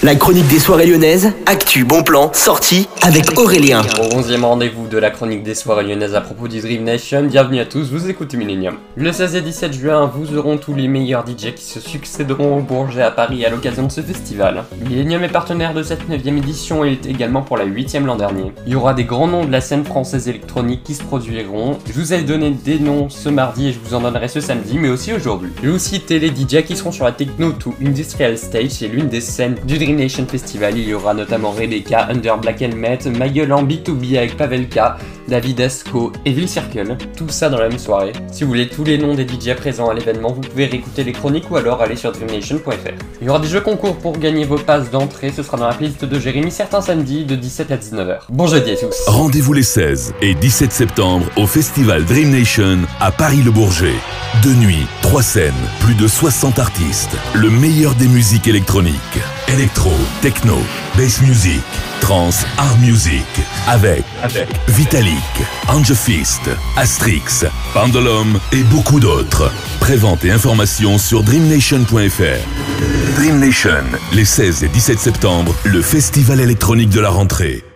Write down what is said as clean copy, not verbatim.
La chronique des soirées lyonnaises, actu, bon plan, sortie avec Aurélien. Au 11e rendez-vous de la chronique des soirées lyonnaises à propos du Dream Nation, bienvenue à tous, vous écoutez Millennium. Le 16 et 17 juin, vous auront tous les meilleurs DJ qui se succéderont au Bourget à Paris à l'occasion de ce festival. Millennium est partenaire de cette 9e édition et est également pour la 8e l'an dernier. Il y aura des grands noms de la scène française électronique qui se produiront. Je vous ai donné des noms ce mardi et je vous en donnerai ce samedi, mais aussi aujourd'hui. Je vais aussi citer les DJ qui seront sur la Techno to Industrial Stage, c'est l'une des scènes du Dream Nation Festival. Il y aura notamment Rebecca, Under Black Helmet, Ma Gueule en B2B avec Pavelka, David Asco et Ville Circle. Tout ça dans la même soirée. Si vous voulez tous les noms des DJ présents à l'événement, vous pouvez réécouter les chroniques ou alors aller sur dreamnation.fr. Il y aura des jeux concours pour gagner vos passes d'entrée, ce sera dans la playlist de Jérémy certains samedis de 17 à 19h. Bon jeudi à tous. Rendez-vous les 16 et 17 septembre au festival Dream Nation à Paris-le-Bourget. 2 nuits, 3 scènes, plus de 60 artistes, le meilleur des musiques électroniques. Electro, techno, bass music, trance, art music, avec Vitalik, Angefist, Astrix, Pendulum et beaucoup d'autres. Prévente et informations sur dreamnation.fr. Dream Nation, les 16 et 17 septembre, le festival électronique de la rentrée.